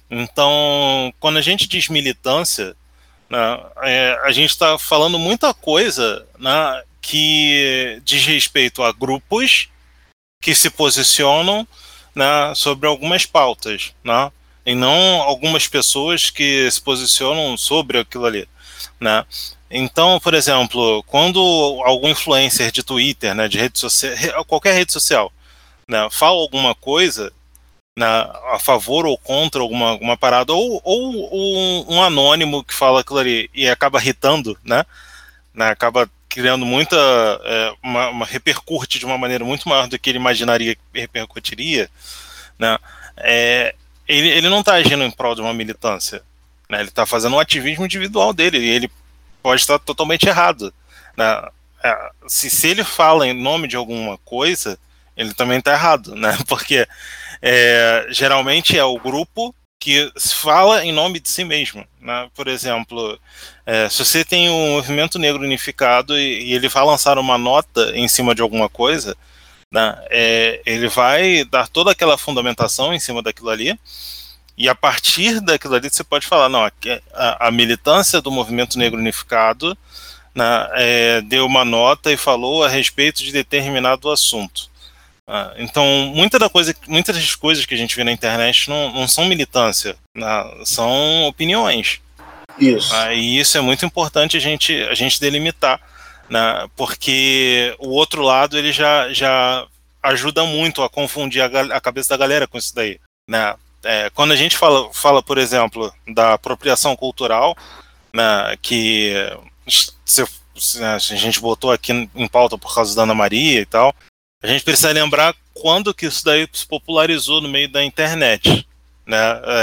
Então, quando a gente diz militância, né, é, a gente está falando muita coisa, né, que diz respeito a grupos que se posicionam, né, sobre algumas pautas, né, e não algumas pessoas que se posicionam sobre aquilo ali, né? Então, por exemplo, quando algum influencer de Twitter, né, de rede social, qualquer rede social, né, fala alguma coisa, né, a favor ou contra alguma, alguma parada, ou, ou, ou um, um anônimo que fala aquilo ali e acaba irritando, né, né acaba criando muita, é, uma, uma repercute de uma maneira muito maior do que ele imaginaria que repercutiria, né, é, ele, ele não está agindo em prol de uma militância, né, ele está fazendo um ativismo individual dele, e ele pode estar totalmente errado, né, é, se, se ele fala em nome de alguma coisa, ele também está errado, né, porque É, geralmente é o grupo que fala em nome de si mesmo, né? Por exemplo, é, se você tem um movimento negro unificado e, e ele vai lançar uma nota em cima de alguma coisa, né? É, ele vai dar toda aquela fundamentação em cima daquilo ali, e a partir daquilo ali você pode falar, não, a, a militância do movimento negro unificado, né, é, deu uma nota e falou a respeito de determinado assunto. Ah, então, muita da coisa, muitas das coisas que a gente vê na internet não, não são militância, né, são opiniões. Isso. Ah, e isso é muito importante a gente, a gente delimitar, né, porque o outro lado ele já, já ajuda muito a confundir a, a cabeça da galera com isso daí. Né? É, quando a gente fala, fala, por exemplo, da apropriação cultural, né, que se, se a gente botou aqui em pauta por causa da Ana Maria e tal, a gente precisa lembrar quando que isso daí se popularizou no meio da internet, né?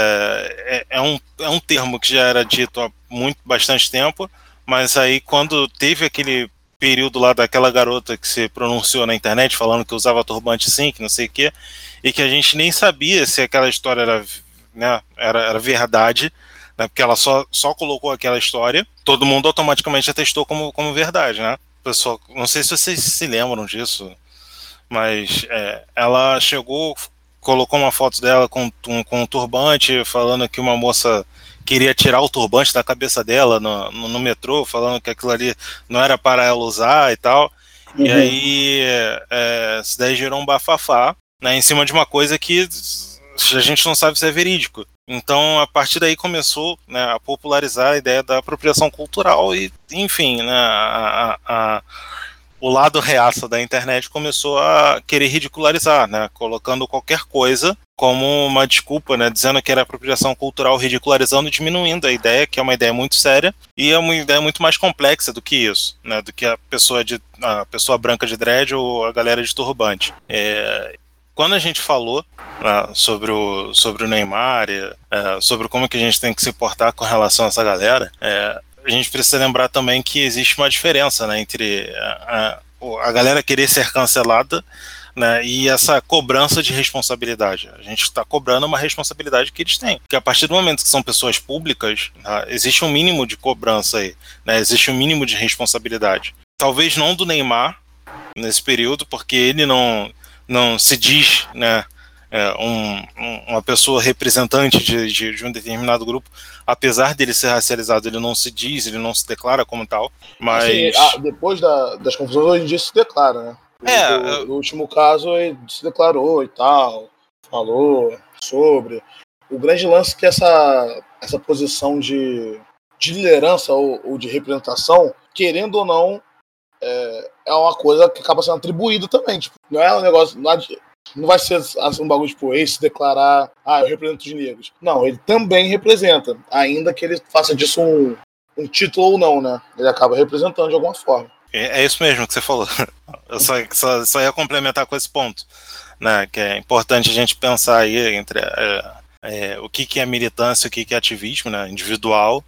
É, é, um, é um termo que já era dito há muito, bastante tempo, mas aí quando teve aquele período lá daquela garota que se pronunciou na internet falando que usava turbante sim, que não sei o quê, e que a gente nem sabia se aquela história era, né, era, era verdade, né, porque ela só, só colocou aquela história, todo mundo automaticamente atestou como, como verdade, né? Pessoal, não sei se vocês se lembram disso, mas é, ela chegou, colocou uma foto dela com, um, com um turbante, falando que uma moça queria tirar o turbante da cabeça dela no, no, no metrô, falando que aquilo ali não era para ela usar e tal. Uhum. E aí é, isso daí gerou um bafafá, né, em cima de uma coisa que a gente não sabe se é verídico. Então, a partir daí começou, né, a popularizar a ideia da apropriação cultural e, enfim, né, a... a, a o lado reaça da internet começou a querer ridicularizar, né, colocando qualquer coisa como uma desculpa, né, dizendo que era apropriação cultural, ridicularizando e diminuindo a ideia, que é uma ideia muito séria, e é uma ideia muito mais complexa do que isso, né, do que a pessoa, de, a pessoa branca de dread ou a galera de turbante. É, quando a gente falou, né, sobre, o, sobre o Neymar, e, é, sobre como que a gente tem que se portar com relação a essa galera, é, a gente precisa lembrar também que existe uma diferença, né, entre a, a, a galera querer ser cancelada, né, e essa cobrança de responsabilidade. A gente está cobrando uma responsabilidade que eles têm. Porque a partir do momento que são pessoas públicas, tá, existe um mínimo de cobrança aí, né, existe um mínimo de responsabilidade. Talvez não do Neymar nesse período, porque ele não, não se diz, né, É, um, um, uma pessoa representante de, de, de um determinado grupo, apesar dele ser racializado, ele não se diz, ele não se declara como tal, mas... Assim, a, depois da, das confusões, hoje em dia se declara, né? É, no, no último caso, ele se declarou e tal, falou sobre... O grande lance é que essa, essa posição de, de liderança ou, ou de representação, querendo ou não, é, é uma coisa que acaba sendo atribuída também, tipo, não é um negócio... Não, não vai ser um bagulho tipo esse, declarar, ah, eu represento os negros. Não, ele também representa, ainda que ele faça disso um, um título ou não, né? Ele acaba representando de alguma forma. É, é isso mesmo que você falou. Eu só, só, só ia complementar com esse ponto, né? Que é importante a gente pensar aí entre é, é, o que, que é militância, o que, que é ativismo, né, individual,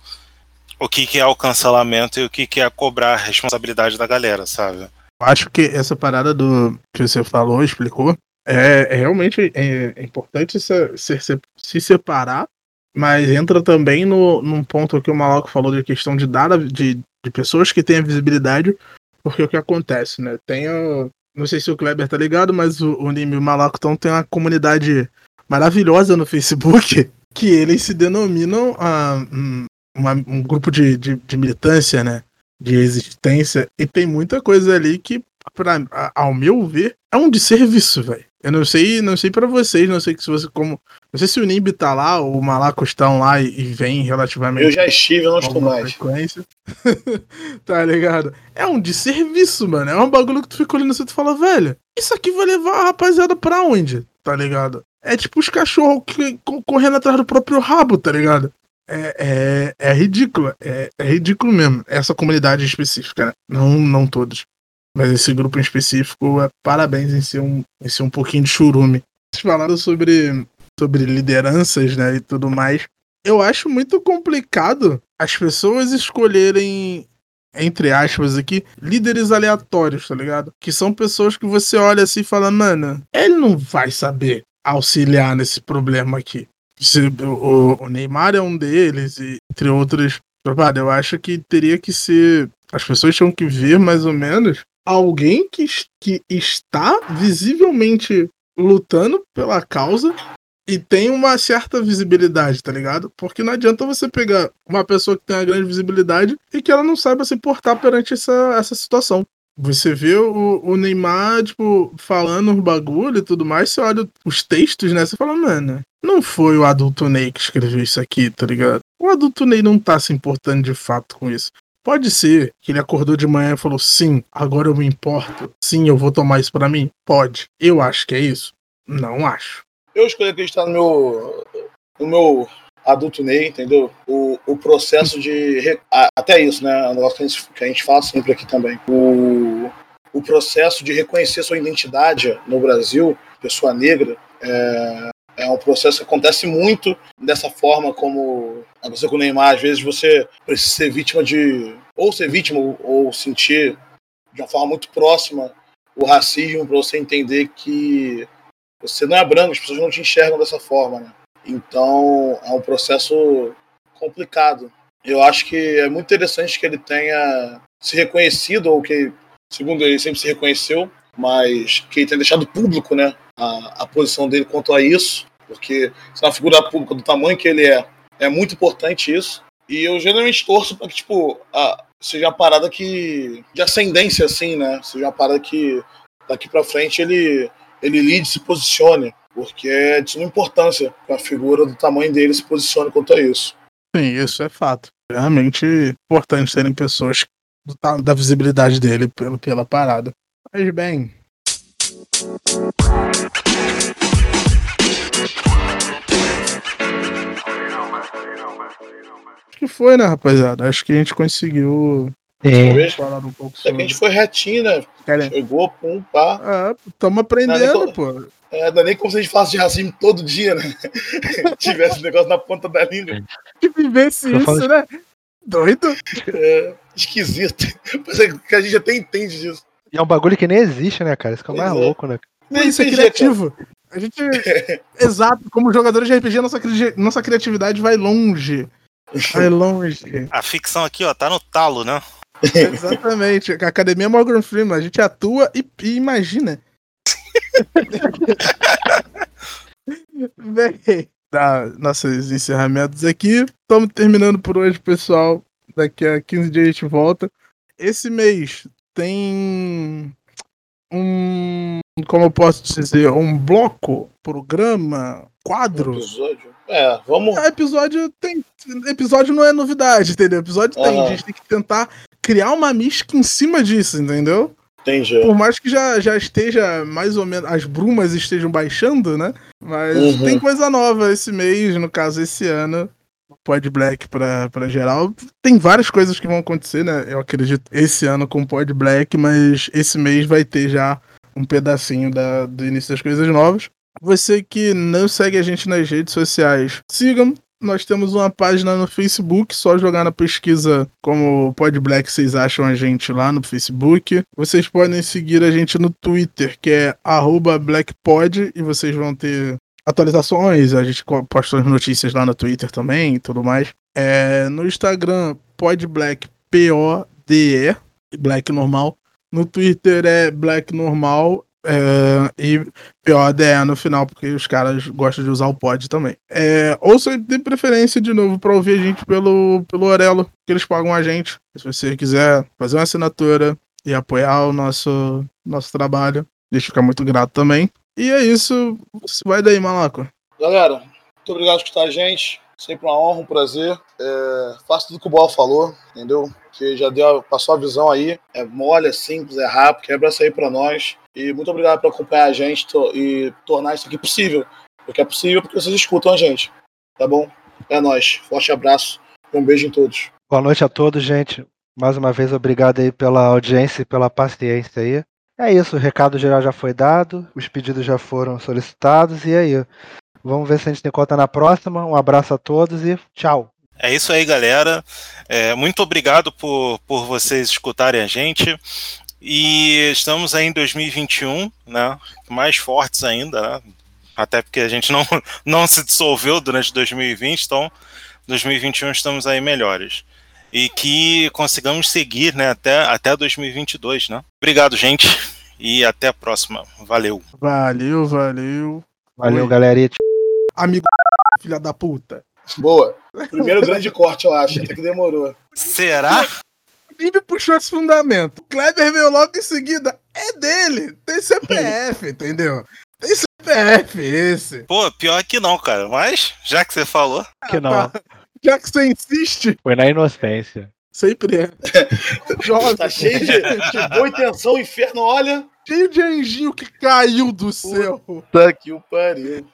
o que, que é o cancelamento e o que, que é cobrar a responsabilidade da galera, sabe? Acho que essa parada do que você falou, explicou, É, é realmente é, é importante se, se, se separar, mas entra também no, num ponto que o Malaco falou de questão de dar de, de pessoas que têm a visibilidade, porque o que acontece, né? Tem o, não sei se o Kleber tá ligado, mas o, o Nime e o Malaco tem uma comunidade maravilhosa no Facebook que eles se denominam uh, um, uma, um grupo de, de, de militância, né? De existência, e tem muita coisa ali que, pra, ao meu ver, é um desserviço, velho. Eu não sei, não sei pra vocês, não sei que se você como. Não sei se o Nimbi tá lá, ou o Malacos estão lá e, e vem relativamente. Eu já estive, eu não estou mais. Frequência. Tá ligado? É um desserviço, mano. É um bagulho que tu fica olhando assim e tu fala, velho, isso aqui vai levar a rapaziada pra onde? Tá ligado? é tipo os cachorros que, correndo atrás do próprio rabo, tá ligado? É, é, é ridículo, é, é ridículo mesmo. Essa comunidade específica, né? Não, não todos. Mas esse grupo em específico, é, parabéns em ser, um, em ser um pouquinho de churume. Vocês falaram sobre, sobre lideranças, né, e tudo mais. Eu acho muito complicado as pessoas escolherem, entre aspas aqui, líderes aleatórios, tá ligado? Que são pessoas que você olha assim e fala, mano, ele não vai saber auxiliar nesse problema aqui. Se, o, o Neymar é um deles, e entre outros. Eu acho que teria que ser. As pessoas tinham que ver mais ou menos alguém que, que está visivelmente lutando pela causa e tem uma certa visibilidade, tá ligado? Porque não adianta você pegar uma pessoa que tem uma grande visibilidade e que ela não saiba se portar perante essa, essa situação. Você vê o, o Neymar, tipo, falando os bagulho e tudo mais, você olha os textos, né? Você fala, mano, não foi o adulto Ney que escreveu isso aqui, tá ligado? O adulto Ney não tá se importando de fato com isso. Pode ser que ele acordou de manhã e falou, sim, agora eu me importo. Sim, eu vou tomar isso pra mim. Pode. Eu acho que é isso? Não acho. Eu escolhi acreditar no meu, no meu adulto Ney, entendeu? O, o processo de... Até isso, né? É um negócio que a gente, que a gente fala sempre aqui também. O, o processo de reconhecer sua identidade no Brasil, pessoa negra, é, é um processo que acontece muito dessa forma como... Aconteceu com o Neymar, às vezes você precisa ser vítima de... Ou ser vítima ou sentir de uma forma muito próxima o racismo para você entender que você não é branco, as pessoas não te enxergam dessa forma, né? Então, é um processo complicado. Eu acho que é muito interessante que ele tenha se reconhecido, ou que, segundo ele, sempre se reconheceu, mas que ele tenha deixado público, né, a, a posição dele quanto a isso, porque se é uma figura pública do tamanho que ele é, é muito importante isso. E eu geralmente torço para que, tipo, a, seja uma parada que, de ascendência, assim, né? Seja uma parada que daqui para frente ele... ele lide, se posicione, porque é de suma importância que a figura do tamanho dele se posicione quanto a isso. Sim, isso é fato. É realmente importante terem pessoas do, da visibilidade dele pela, pela parada. Mas bem... Acho que foi, né, rapaziada? Acho que a gente conseguiu... É. Falar um pouco sobre... É que a gente foi retinho, né? Cara, chegou, pum, pá. Ah, tamo aprendendo, como... pô. É, não é nem como se a gente falasse de racismo todo dia, né? Tivesse um negócio na ponta da língua. Que vivesse isso, falo... né? Doido. É, esquisito. Mas é que a gente até entende disso. E é um bagulho que nem existe, né, cara? Isso que é o mais é. louco, né? Nem isso é criativo. Cara. A gente... Exato. Como jogadores de R P G, nossa, cri... nossa criatividade vai longe. Vai longe. A ficção aqui, ó, tá no talo, né? Exatamente. A Academia Morgan Freeman. A gente atua e, e imagina. Bem, tá, nossos encerramentos aqui. Estamos terminando por hoje, pessoal. Daqui a quinze dias a gente volta. Esse mês tem um, como eu posso dizer, um bloco, programa, quadro. Um episódio? É, vamos. É, episódio tem. Episódio não é novidade, entendeu? Episódio tem. Uhum. A gente tem que tentar criar uma mística em cima disso, entendeu? Entendi. Por mais que já, já esteja mais ou menos, as brumas estejam baixando, né? Mas uhum. tem coisa nova esse mês, no caso esse ano, Pod Black pra, pra geral. Tem várias coisas que vão acontecer, né? Eu acredito esse ano com Pod Black, mas esse mês vai ter já um pedacinho da, do início das coisas novas. Você que não segue a gente nas redes sociais, sigam. Nós temos uma página no Facebook, só jogar na pesquisa como Pod Black, vocês acham a gente lá no Facebook. Vocês podem seguir a gente no Twitter, que é arroba blackpod, e vocês vão ter atualizações, a gente posta as notícias lá no Twitter também e tudo mais. É, no Instagram, podblack, P O D E, Black normal. No Twitter é Black normal. É, e P O D E no final, porque os caras gostam de usar o pod também. É, ou se de preferência, de novo, pra ouvir a gente pelo, pelo Orelo, que eles pagam a gente. Se você quiser fazer uma assinatura e apoiar o nosso, nosso trabalho, a gente fica muito grato também. E é isso. Vai daí, Malaco. Galera, muito obrigado por escutar a gente. Sempre uma honra, um prazer. É, faça tudo que o Bola falou, entendeu? Que já deu, passou a visão aí. É mole, é simples, é rápido. Quebra isso aí pra nós. E muito obrigado por acompanhar a gente to- e tornar isso aqui possível. Porque é possível, porque vocês escutam a gente. Tá bom? É nóis. Forte abraço. Um beijo em todos. Boa noite a todos, gente. Mais uma vez, obrigado aí pela audiência e pela paciência aí. É isso, o recado geral já foi dado, os pedidos já foram solicitados, e aí? Vamos ver se a gente tem conta na próxima. Um abraço a todos e tchau. É isso aí, galera. É, muito obrigado por, por vocês escutarem a gente. E estamos aí em dois mil e vinte e um, né? Mais fortes ainda, né? Até porque a gente não, não se dissolveu durante dois mil e vinte, então dois mil e vinte e um estamos aí melhores. E que consigamos seguir, né, até, até dois mil e vinte e dois, né? Obrigado, gente, e até a próxima. Valeu. Valeu, valeu. Valeu, Oi. galerinha. Amigo, filha da puta. Boa. Primeiro grande corte, eu acho. Até que demorou. Será? Quem me puxou esse fundamento? O Kleber veio logo em seguida. É dele. Tem C P F, entendeu? Tem C P F esse. Pô, pior que não, cara. Mas, já que você falou... Que não. Tá. Já que você insiste, Foi na inocência. sempre é. Jovem. Tá cheio de, de boa intenção, o inferno, olha. Cheio de anjinho que caiu do céu. Puta que o pariu.